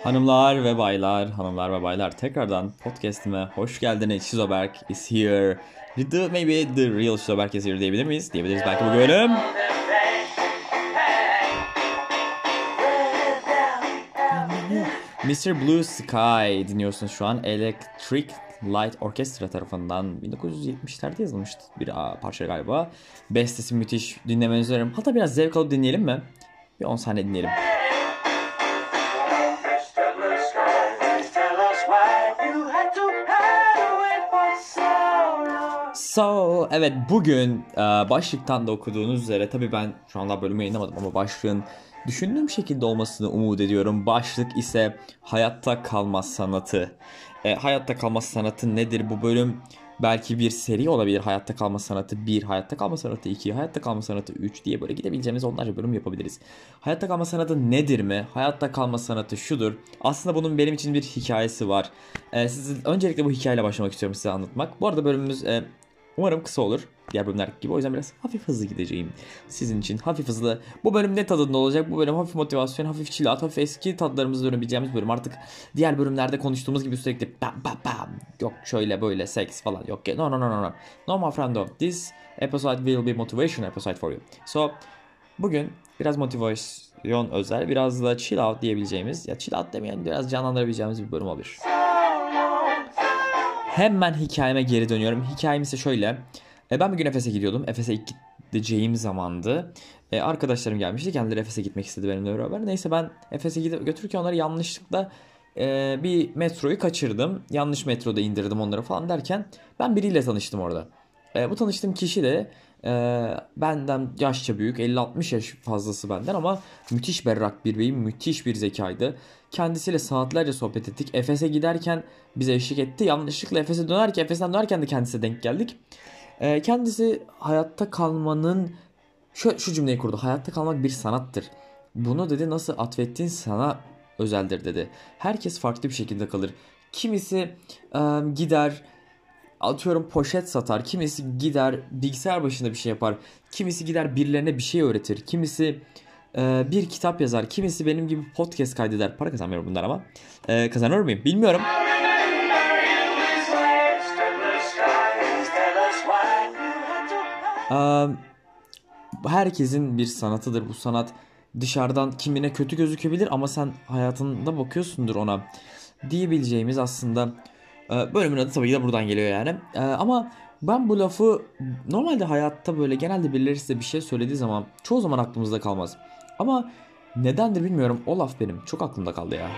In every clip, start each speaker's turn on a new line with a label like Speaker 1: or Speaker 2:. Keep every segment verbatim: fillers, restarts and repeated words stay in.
Speaker 1: Hanımlar ve baylar, hanımlar ve baylar tekrardan podcast'ime hoş geldiniz. Şizoberk is here. The, maybe the real Şizoberk is here diyebilir miyiz? Diyebiliriz belki bu bölüm. mister Blue Sky dinliyorsunuz şu an. Electric Light Orchestra tarafından bin dokuz yüz yetmişlerde yazılmıştı bir parça galiba. Bestesi müthiş, dinlemenizi öneririm. Hatta biraz zevk alıp dinleyelim mi? Bir on saniye dinleyelim. So, evet bugün e, başlıktan da okuduğunuz üzere, tabii ben şu anda bölümü yayınlamadım ama başlığın düşündüğüm şekilde olmasını umut ediyorum. Başlık ise hayatta kalma sanatı. E, hayatta kalma sanatı nedir? Bu bölüm belki bir seri olabilir. Hayatta kalma sanatı bir, hayatta kalma sanatı iki, hayatta kalma sanatı üç diye böyle gidebileceğimiz onlarca bölüm yapabiliriz. Hayatta kalma sanatı nedir mi? Hayatta kalma sanatı şudur. Aslında bunun benim için bir hikayesi var. E, siz, öncelikle bu hikayeyle başlamak istiyorum size anlatmak. Bu arada bölümümüz... E, Umarım kısa olur. Diğer bölümler gibi. O yüzden biraz hafif hızlı gideceğim. Sizin için hafif hızlı. Bu bölüm ne tadında olacak? Bu bölüm hafif motivasyon, hafif chill out, hafif eski tadlarımızı dönebileceğimiz bölüm. Artık diğer bölümlerde konuştuğumuz gibi sürekli bam bam bam. Yok şöyle böyle seks falan. Yok. No no no no no. No my friendo. This episode will be motivation episode for you. So bugün biraz motivasyon özel, biraz da chill out diyebileceğimiz, ya chill out demeyen biraz canlandırabileceğimiz bir bölüm olabilir. Hemen hikayeme geri dönüyorum. Hikayem ise şöyle. E, ben bir gün Efes'e gidiyordum. Efes'e ilk gideceğim zamandı. E, arkadaşlarım gelmişti. Kendileri Efes'e gitmek istedi benimle beraber. Neyse ben Efes'e gidip götürürken onları yanlışlıkla e, bir metroyu kaçırdım. Yanlış metroda indirdim onları falan derken ben biriyle tanıştım orada. E, bu tanıştığım kişi de e, benden yaşça büyük, elli altmış yaş fazlası benden ama müthiş berrak bir beyim, müthiş bir zekaydı. Kendisiyle saatlerce sohbet ettik. Efes'e giderken bize eşlik etti. Yanlışlıkla Efes'e dönerken, Efes'ten dönerken de kendisine denk geldik. E, kendisi hayatta kalmanın şu, şu cümleyi kurdu. Hayatta kalmak bir sanattır. Bunu dedi nasıl atfettiğin sana özeldir dedi. Herkes farklı bir şekilde kalır. Kimisi e, gider atıyorum poşet satar. Kimisi gider bilgisayar başında bir şey yapar. Kimisi gider birilerine bir şey öğretir. Kimisi e, bir kitap yazar. Kimisi benim gibi podcast kaydeder. Para kazanmıyorum bunlar ama. E, kazanır mıyım bilmiyorum. E, herkesin bir sanatıdır. Bu sanat dışarıdan kimine kötü gözükebilir ama sen hayatında bakıyorsundur ona diyebileceğimiz aslında bölümün adı tabii ki de buradan geliyor yani. Ee, ama ben bu lafı normalde hayatta böyle genelde birileri size bir şey söylediği zaman çoğu zaman aklımızda kalmaz. Ama nedendir bilmiyorum, o laf benim çok aklımda kaldı ya.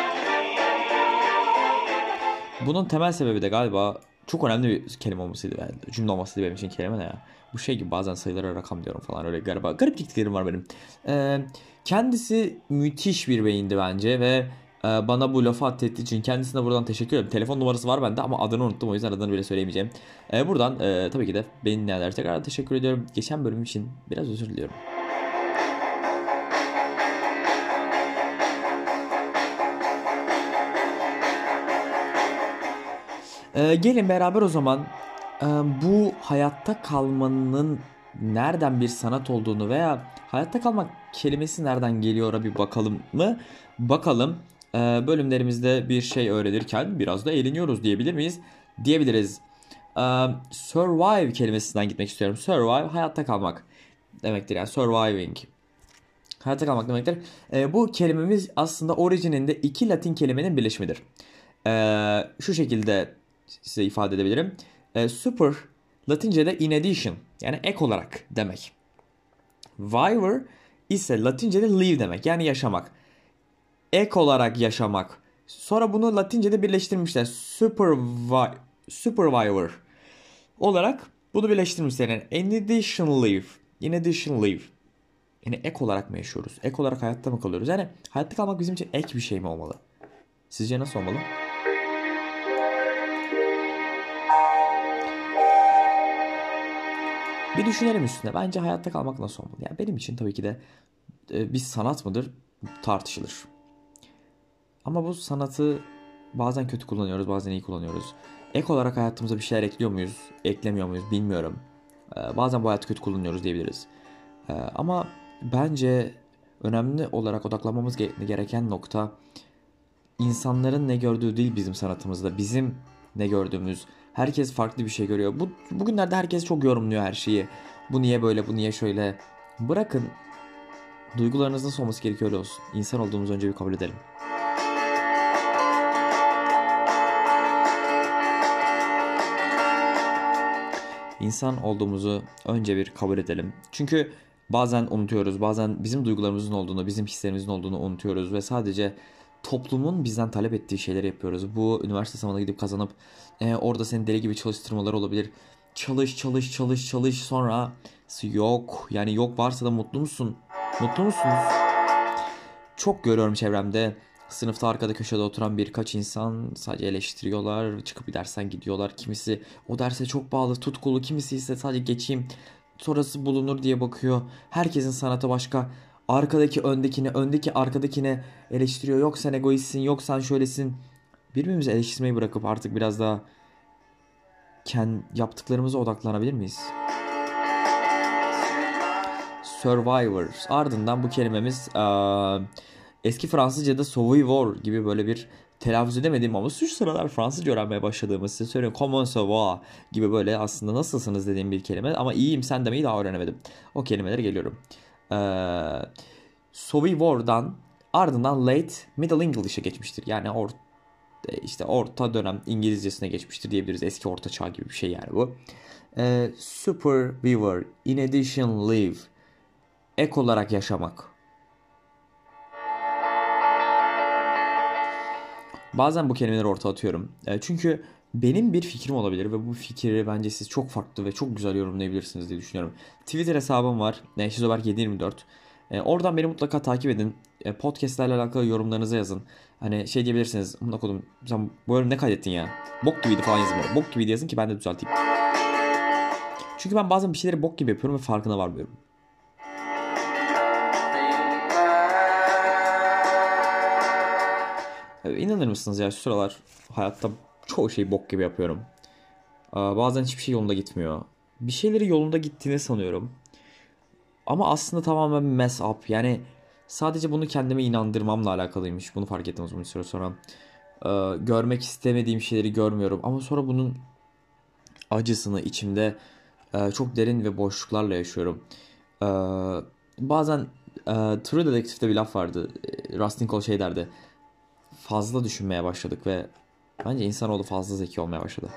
Speaker 1: Bunun temel sebebi de galiba çok önemli bir kelime olmasıydı. Yani cümle olmasıydı benim için, kelime ne ya. Bu şey gibi bazen sayılara rakam diyorum falan, öyle gariba, garip diktiklerim var benim. Ee, kendisi müthiş bir beyindi bence ve e, bana bu lafı atlettiği için kendisine buradan teşekkür ederim. Telefon numarası var bende ama adını unuttum, o yüzden adını bile söyleyemeyeceğim. Ee, buradan e, tabii ki de beni dinleyenlere tekrar teşekkür ediyorum. Geçen bölüm için biraz özür diliyorum. Ee, gelin beraber o zaman e, bu hayatta kalmanın nereden bir sanat olduğunu veya hayatta kalmak kelimesi nereden geliyor bir bakalım mı? Bakalım. Ee, bölümlerimizde bir şey öğrenirken biraz da eğleniyoruz diyebilir miyiz? Diyebiliriz. Ee, survive kelimesinden gitmek istiyorum. Survive hayatta kalmak demektir, yani surviving. Hayatta kalmak demektir. Ee, bu kelimemiz aslında orijininde iki Latin kelimenin birleşimidir. Ee, şu şekilde size ifade edebilirim. Ee, super Latince'de in addition, yani ek olarak demek. Vivere ise Latince'de live demek, yani yaşamak. Ek olarak yaşamak. Sonra bunu Latince'de birleştirmişler. Supervi supervivor olarak bunu birleştirmişler. Yani in addition live. In addition live. Yani ek olarak mı yaşıyoruz? Ek olarak hayatta mı kalıyoruz? Yani hayatta kalmak bizim için ek bir şey mi olmalı? Sizce nasıl olmalı? Bir düşünelim üstüne. Bence hayatta kalmak nasıl olmalı? Yani benim için tabii ki de e, bir sanat mıdır tartışılır. Ama bu sanatı bazen kötü kullanıyoruz, bazen iyi kullanıyoruz. Ek olarak hayatımıza bir şeyler ekliyor muyuz, eklemiyor muyuz bilmiyorum. E, bazen bu hayatı kötü kullanıyoruz diyebiliriz. E, ama bence önemli olarak odaklanmamız gereken nokta insanların ne gördüğü değil bizim sanatımızda. Bizim ne gördüğümüz. Herkes farklı bir şey görüyor. Bu, bugünlerde herkes çok yorumluyor her şeyi. Bu niye böyle, bu niye şöyle. Bırakın, duygularınız nasıl olması gerekiyor öyle olsun. İnsan olduğumuzu önce bir kabul edelim. İnsan olduğumuzu önce bir kabul edelim. Çünkü bazen unutuyoruz. Bazen bizim duygularımızın olduğunu, bizim hislerimizin olduğunu unutuyoruz. Ve sadece toplumun bizden talep ettiği şeyleri yapıyoruz. Bu üniversite sınavına gidip kazanıp e, orada seni deli gibi çalıştırmalar olabilir. Çalış, çalış, çalış, çalış. Sonra yok. Yani yok, varsa da mutlu musun? Mutlu musunuz? Çok görüyorum çevremde. Sınıfta arkada köşede oturan birkaç insan sadece eleştiriyorlar. Çıkıp bir dersten gidiyorlar. Kimisi o derse çok bağlı, tutkulu. Kimisi ise sadece geçeyim, sonrası bulunur diye bakıyor. Herkesin sanatı başka. Arkadaki öndekini, öndeki arkadakine eleştiriyor. Yok sen egoistsin, yok sen şöylesin. Birbirimizi eleştirmeyi bırakıp artık biraz daha kendi yaptıklarımıza odaklanabilir miyiz? Survivor. Ardından bu kelimemiz ee, eski Fransızca'da sauveur gibi böyle bir telaffuz edemedim ama şu sıralar Fransızca öğrenmeye başladığımız, size söyleyeyim, comment ça va gibi böyle aslında nasılsınız dediğim bir kelime ama iyiyim sen demeyi daha öğrenemedim. O kelimelere geliyorum. Ee, Sauveur'dan ardından late middle English'e geçmiştir. Yani or, işte orta dönem İngilizcesine geçmiştir diyebiliriz. Eski orta çağ gibi bir şey yani bu. Ee, supervivor, in addition live, ek olarak yaşamak. Bazen bu kelimeleri ortaya atıyorum. E, çünkü benim bir fikrim olabilir ve bu fikri bence siz çok farklı ve çok güzel yorumlayabilirsiniz diye düşünüyorum. Twitter hesabım var. E, Şizoberk yedi yirmi dört. E, oradan beni mutlaka takip edin. E, podcastlerle alakalı yorumlarınızı yazın. Hani şey diyebilirsiniz. Amına koydum, sen bu bölüm ne kaydettin ya? Bok gibiydi falan yazın böyle. Bok gibiydi yazın ki ben de düzelteyim. Çünkü ben bazen bir şeyleri bok gibi yapıyorum ve farkına varmıyorum. İnanır mısınız ya, şu sıralar hayatta çoğu şeyi bok gibi yapıyorum. Bazen hiçbir şey yolunda gitmiyor. Bir şeyleri yolunda gittiğini sanıyorum. Ama aslında tamamen mess up. Yani sadece bunu kendime inandırmamla alakalıymış. Bunu fark ettim uzun bir süre sonra. Görmek istemediğim şeyleri görmüyorum. Ama sonra bunun acısını içimde çok derin ve boşluklarla yaşıyorum. Bazen True Detective'de bir laf vardı. Rustin Cole şey derdi. Fazla düşünmeye başladık ve bence insanoğlu fazla zeki olmaya başladı.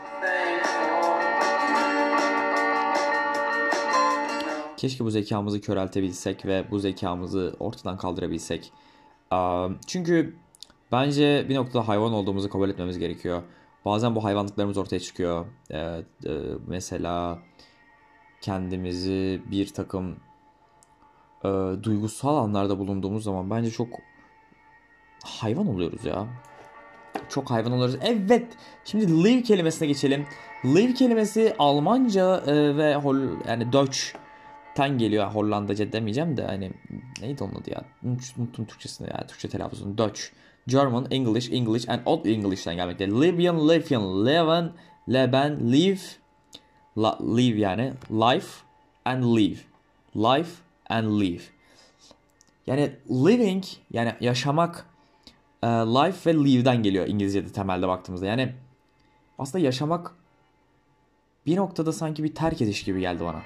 Speaker 1: Keşke bu zekamızı köreltebilsek ve bu zekamızı ortadan kaldırabilsek. Çünkü bence bir noktada hayvan olduğumuzu kabul etmemiz gerekiyor. Bazen bu hayvanlıklarımız ortaya çıkıyor. Mesela kendimizi bir takım duygusal anlarda bulunduğumuz zaman bence çok hayvan oluyoruz ya. Çok hayvan oluyoruz. Evet. Şimdi live kelimesine geçelim. Live kelimesi Almanca e, ve hol yani Deutsch'ten geliyor. Hollandaca demeyeceğim de hani neydi onun adı ya? Unuttum Türkçesini ya. Türkçe telaffuzunu. Deutsch. German, English, English and Old English'ten gelmekte. Libyan, Lithuanian, Leven, Leben, live, la, live yani life and live. Life and live. Yani living yani yaşamak, life ve live'den geliyor İngilizce'de temelde baktığımızda. Yani aslında yaşamak bir noktada sanki bir terk ediş gibi geldi bana.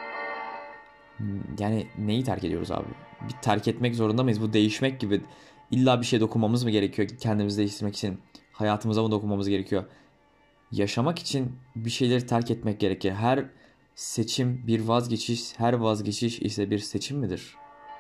Speaker 1: Yani neyi terk ediyoruz abi? Bir terk etmek zorunda mıyız? Bu değişmek gibi. İlla bir şey dokunmamız mı gerekiyor kendimizi değiştirmek için? Hayatımıza mı dokunmamız gerekiyor? Yaşamak için bir şeyleri terk etmek gerekir. Her seçim bir vazgeçiş, her vazgeçiş ise bir seçim midir?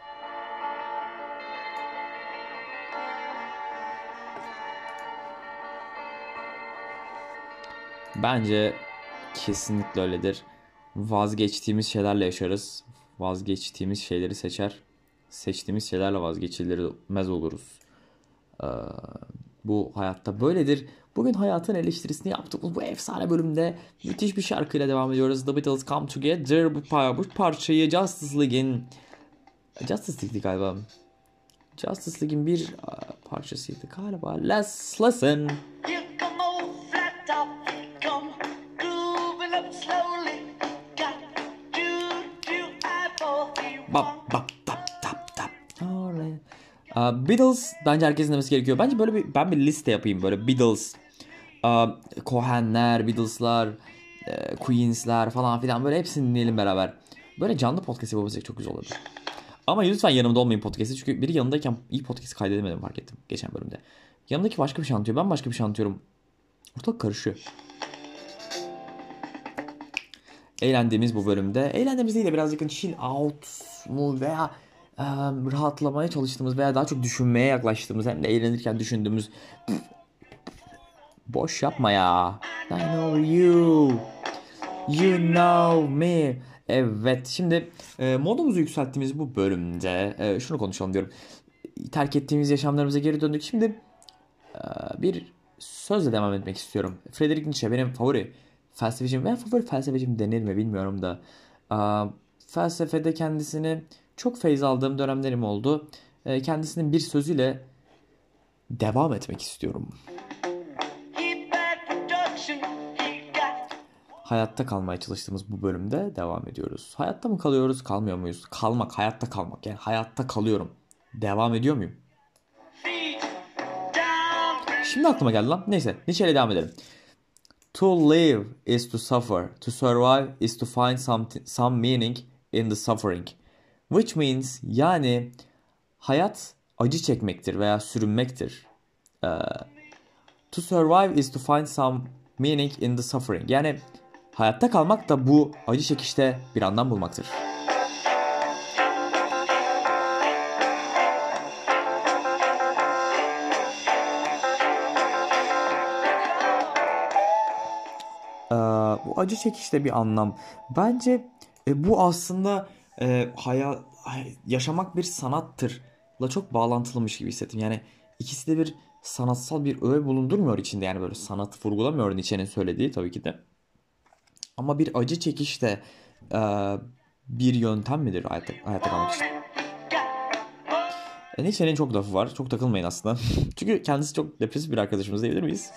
Speaker 1: Bence kesinlikle öyledir. Vazgeçtiğimiz şeylerle yaşarız. Vazgeçtiğimiz şeyleri seçer. Seçtiğimiz şeylerle vazgeçilmez oluruz. Ee, bu hayatta böyledir. Bugün hayatın eleştirisini yaptık. Bu efsane bölümde müthiş bir şarkıyla devam ediyoruz. The Beatles Come Together. Bu, par bu parçayı Justice League'in Justice League'di galiba. Justice League'in bir parçasıydı galiba. Let's listen. Bap bap tap tap tap. Beatles bence herkesin demesi gerekiyor. Bence böyle bir ben bir liste yapayım böyle Beatles, Cohen'ler, Beatles'lar, Queens'ler falan filan böyle hepsini dinleyelim beraber. Böyle canlı podcast yapabilsek çok güzel olurdu. Ama lütfen yanımda olmayın podcast'te çünkü biri yanındayken iyi podcast kaydedemedim fark ettim geçen bölümde. Yanımdaki başka bir şey anlatıyor, ben başka bir şey anlatıyorum. Ortalık karışıyor. Eğlendiğimiz bu bölümde, eğlendiğimiz değil de birazcık chill out mu veya um, rahatlamaya çalıştığımız veya daha çok düşünmeye yaklaştığımız hem de eğlenirken düşündüğümüz boş yapma ya. I know you. You know me. Evet şimdi e, modumuzu yükselttiğimiz bu bölümde e, şunu konuşalım diyorum. Terk ettiğimiz yaşamlarımıza geri döndük. Şimdi e, bir sözle devam etmek istiyorum. Friedrich Nietzsche benim favori felsefecim veya favori felsefecim denir mi bilmiyorum da. E, felsefede kendisini çok feyz aldığım dönemlerim oldu. E, kendisinin bir sözüyle devam etmek istiyorum. Hayatta kalmaya çalıştığımız bu bölümde devam ediyoruz. Hayatta mı kalıyoruz, kalmıyor muyuz? Kalmak, hayatta kalmak. Yani hayatta kalıyorum. Devam ediyor muyum? Şimdi aklıma geldi lan. Neyse, Nietzsche'yle devam edelim. To live is to suffer. To survive is to find some, some meaning in the suffering. Which means yani hayat acı çekmektir veya sürünmektir. Uh, to survive is to find some meaning in the suffering. Yani hayatta kalmak da bu acı çekişte bir anlam bulmaktır. Ee, bu acı çekişte bir anlam. Bence e, bu aslında e, hayal, yaşamak bir sanattır la çok bağlantılıymış gibi hissettim. Yani ikisi de bir sanatsal bir öğe bulundurmuyor içinde. Yani böyle sanat vurgulamıyor Nietzsche'nin söylediği tabii ki de. Ama bir acı çekiş de e, bir yöntem midir hayatta, hayatta kalmak için? E, Nietzsche'nin çok lafı var. Çok takılmayın aslında. Çünkü kendisi çok depresif bir arkadaşımız diyebilir miyiz?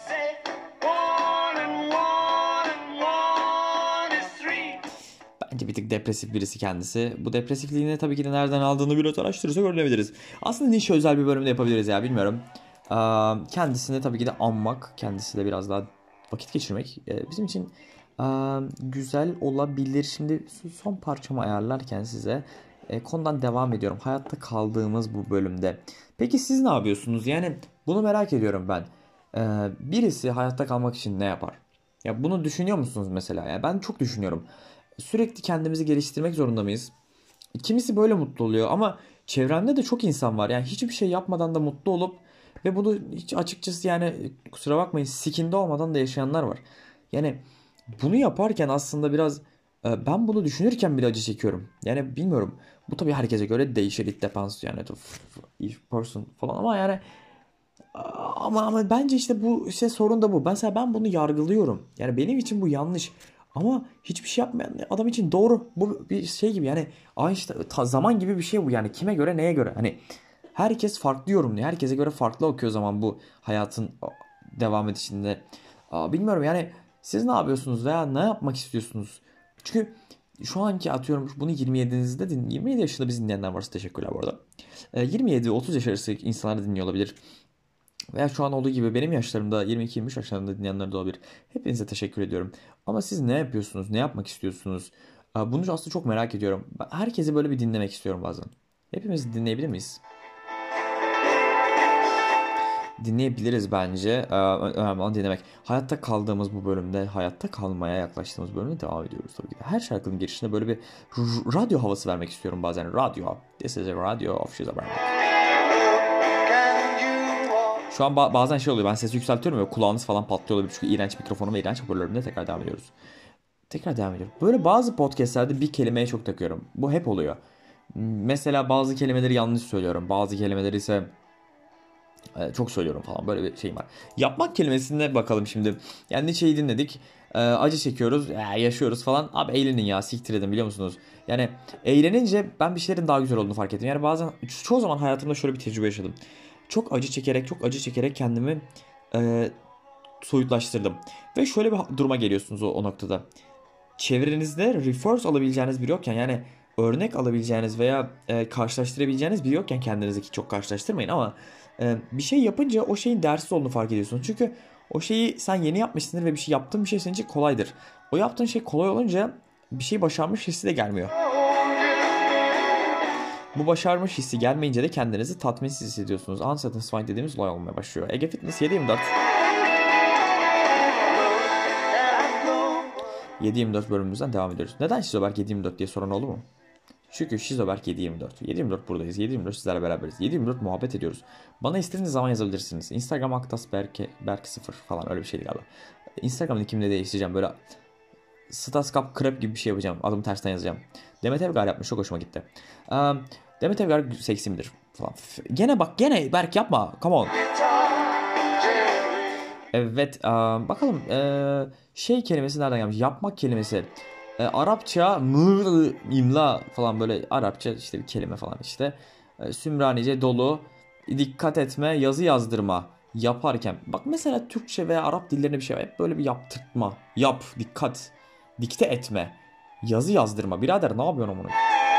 Speaker 1: Bence bir tık depresif birisi kendisi. Bu depresifliğini tabii ki de nereden aldığını biraz araştırırsak öğrenebiliriz. Aslında Nietzsche özel bir bölümde yapabiliriz ya bilmiyorum. E, kendisini tabii ki de anmak, kendisiyle biraz daha vakit geçirmek e, bizim için Ee, güzel olabilir. Şimdi son parçamı ayarlarken size e, konudan devam ediyorum. Hayatta kaldığımız bu bölümde. Peki siz ne yapıyorsunuz? Yani bunu merak ediyorum ben. Ee, birisi hayatta kalmak için ne yapar? Ya bunu düşünüyor musunuz mesela? Yani ben çok düşünüyorum. Sürekli kendimizi geliştirmek zorunda mıyız? Kimisi böyle mutlu oluyor ama çevremde de çok insan var. Yani hiçbir şey yapmadan da mutlu olup ve bunu hiç açıkçası yani kusura bakmayın sikinde olmadan da yaşayanlar var. Yani bunu yaparken aslında biraz e, ben bunu düşünürken bile acı çekiyorum. Yani bilmiyorum. Bu tabii herkese göre değişir. It depends yani. Each person falan ama yani ama ama bence işte bu işte sorun da bu. Mesela ben bunu yargılıyorum. Yani benim için bu yanlış. Ama hiçbir şey yapmayan adam için doğru. Bu bir şey gibi yani Einstein ta, zaman gibi bir şey bu yani kime göre neye göre. Hani herkes farklı yorumluyor. Herkese göre farklı okuyor o zaman bu hayatın devam edişinde. Aa, bilmiyorum yani siz ne yapıyorsunuz veya ne yapmak istiyorsunuz? Çünkü şu anki atıyorum bunu yirmi yedinizde din yirmi yedi yaşında biz dinleyenler varsa teşekkürler bu arada. E, yirmi yedi otuz yaş arası insanlar da dinliyor olabilir. Veya şu an olduğu gibi benim yaşlarımda yirmi iki yirmi üç yaşlarında dinleyenler de olabilir. Hepinize teşekkür ediyorum. Ama siz ne yapıyorsunuz? Ne yapmak istiyorsunuz? E, bunu aslında çok merak ediyorum. Herkesi böyle bir dinlemek istiyorum bazen. Hepimizi dinleyebilir miyiz? Dinleyebiliriz bence. Ee, önemli olan dinlemek. Hayatta kaldığımız bu bölümde, hayatta kalmaya yaklaştığımız bölümde devam ediyoruz tabii ki. Her şarkının girişinde böyle bir radyo havası vermek istiyorum bazen. Radyo. This is a radio of Şizoberlik. Şu an ba- bazen şey oluyor. Ben sesi yükseltiyorum ve kulağınız falan patlıyor olabilir. Çünkü iğrenç mikrofonum ve iğrenç hoparlörümle tekrar devam ediyoruz. Tekrar devam ediyorum. Böyle bazı podcastlerde bir kelimeye çok takıyorum. Bu hep oluyor. Mesela bazı kelimeleri yanlış söylüyorum. Bazı kelimeleri ise çok söylüyorum falan böyle bir şeyim var. Yapmak kelimesine bakalım şimdi. Yani Nietzsche'yi dinledik. Ee, acı çekiyoruz. Ee, yaşıyoruz falan. Abi eğlenin ya siktir edin biliyor musunuz? Yani eğlenince ben bir şeylerin daha güzel olduğunu fark ettim. Yani bazen çoğu zaman hayatımda şöyle bir tecrübe yaşadım. Çok acı çekerek çok acı çekerek kendimi e, soyutlaştırdım. Ve şöyle bir duruma geliyorsunuz o, o noktada. Çevrenizde reverse alabileceğiniz biri yokken yani örnek alabileceğiniz veya e, karşılaştırabileceğiniz biri yokken kendinizi çok karşılaştırmayın ama e, bir şey yapınca o şeyin değersiz olduğunu fark ediyorsunuz. Çünkü o şeyi sen yeni yapmışsındır ve bir şey yaptığın bir şey senin için kolaydır. O yaptığın şey kolay olunca bir şey başarmış hissi de gelmiyor. Bu başarmış hissi gelmeyince de kendinizi tatminsiz hissediyorsunuz. Unsatisfied dediğimiz olay olmaya başlıyor. Ege Fitness yedi yirmi dört. yedi yirmi dört bölümümüzden devam ediyoruz. Neden Şizoberk yedi yirmi dört diye soran oldu mu? Çünkü Şizoberk yedi yirmi dört. yedi yirmi dört buradayız. yedi yirmi dört sizlerle beraberiz. yedi yirmi dört muhabbet ediyoruz. Bana istediğiniz zaman yazabilirsiniz. Instagram Aktas Berke, Berke sıfır falan öyle bir şeydi galiba. Instagram linkimi de değiştireceğim. Böyle Staskap Krep gibi bir şey yapacağım. Adımı tersten yazacağım. Demet Evgar yapmış. Çok hoşuma gitti. Um, Demet Evgar seksi midir? Falan. Gene bak gene Berk yapma. Come on. Evet. Um, bakalım. Uh, şey kelimesi nereden gelmiş? Yapmak kelimesi. Uh, Arapça mır, imla falan böyle Arapça işte bir kelime falan işte. Uh, Sümranice dolu. Dikkat etme. Yazı yazdırma. Yaparken. Bak mesela Türkçe veya Arap dillerinde bir şey var. Hep böyle bir yaptırtma. Yap. Dikkat. Dikte etme. Yazı yazdırma. Birader ne yapıyorsun onu?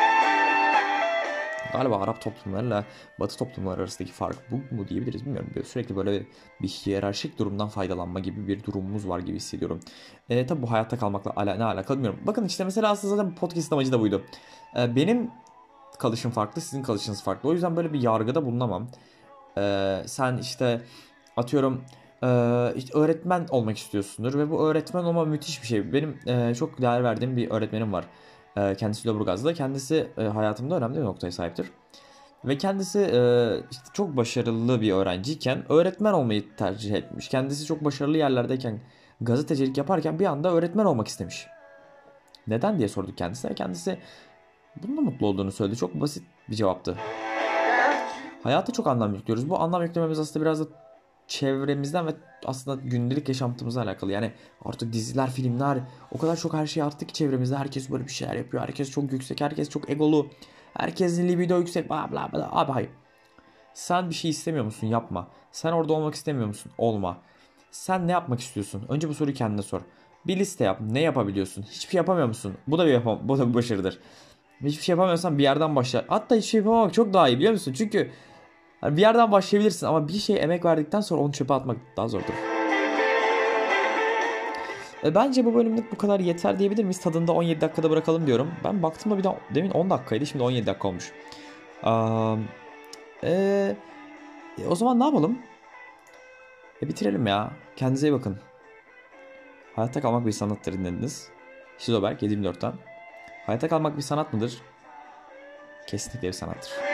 Speaker 1: Galiba Arap toplumlarıyla Batı toplumları arasındaki fark bu mu diyebiliriz bilmiyorum. Böyle sürekli böyle bir hiyerarşik durumdan faydalanma gibi bir durumumuz var gibi hissediyorum. E, tabi bu hayatta kalmakla ala, ne alakalı bilmiyorum. Bakın işte mesela aslında zaten podcast'ın amacı da buydu. E, benim kalışım farklı, sizin kalışınız farklı. O yüzden böyle bir yargıda bulunamam. E, sen işte atıyorum e, işte öğretmen olmak istiyorsundur ve bu öğretmen olma müthiş bir şey. Benim e, çok değer verdiğim bir öğretmenim var. E, kendisi Lüleburgaz'da. Kendisi e, hayatımda önemli bir noktaya sahiptir. Ve kendisi e, işte çok başarılı bir öğrenciyken öğretmen olmayı tercih etmiş. Kendisi çok başarılı yerlerdeyken gazetecilik yaparken bir anda öğretmen olmak istemiş. Neden diye sorduk kendisine. Kendisi bununla mutlu olduğunu söyledi. Çok basit bir cevaptı. Hayata çok anlam yüklüyoruz. Bu anlam yüklememiz aslında biraz da çevremizden ve aslında gündelik yaşantımızla alakalı. Yani artık diziler, filmler o kadar çok her şey arttı ki çevremizde. Herkes böyle bir şeyler yapıyor. Herkes çok yüksek. Herkes çok egolu. Herkesin libido yüksek. Bla bla bla. Abi hayır. Sen bir şey istemiyor musun? Yapma. Sen orada olmak istemiyor musun? Olma. Sen ne yapmak istiyorsun? Önce bu soruyu kendine sor. Bir liste yap. Ne yapabiliyorsun? Hiçbir şey yapamıyor musun? Bu da bir yapam bu da bir başarıdır. Hiçbir şey yapamıyorsan bir yerden başla. Hatta hiçbir şey yapamamak çok daha iyi biliyor musun? Çünkü bir yerden başlayabilirsin ama bir şeye emek verdikten sonra onu çöpe atmak daha zordur. E, bence bu bölümlük bu kadar yeter diyebilir miyiz? Tadında on yedi dakikada bırakalım diyorum. Ben baktığımda bir de demin on dakikaydı, şimdi on yedi dakika olmuş. Um, e, o zaman ne yapalım? E, bitirelim ya. Kendinize iyi bakın. Hayatta kalmak bir sanattır dinlediniz. Şizoberk yedi yirmi dörtten. Hayatta kalmak bir sanat mıdır? Kesinlikle bir sanattır.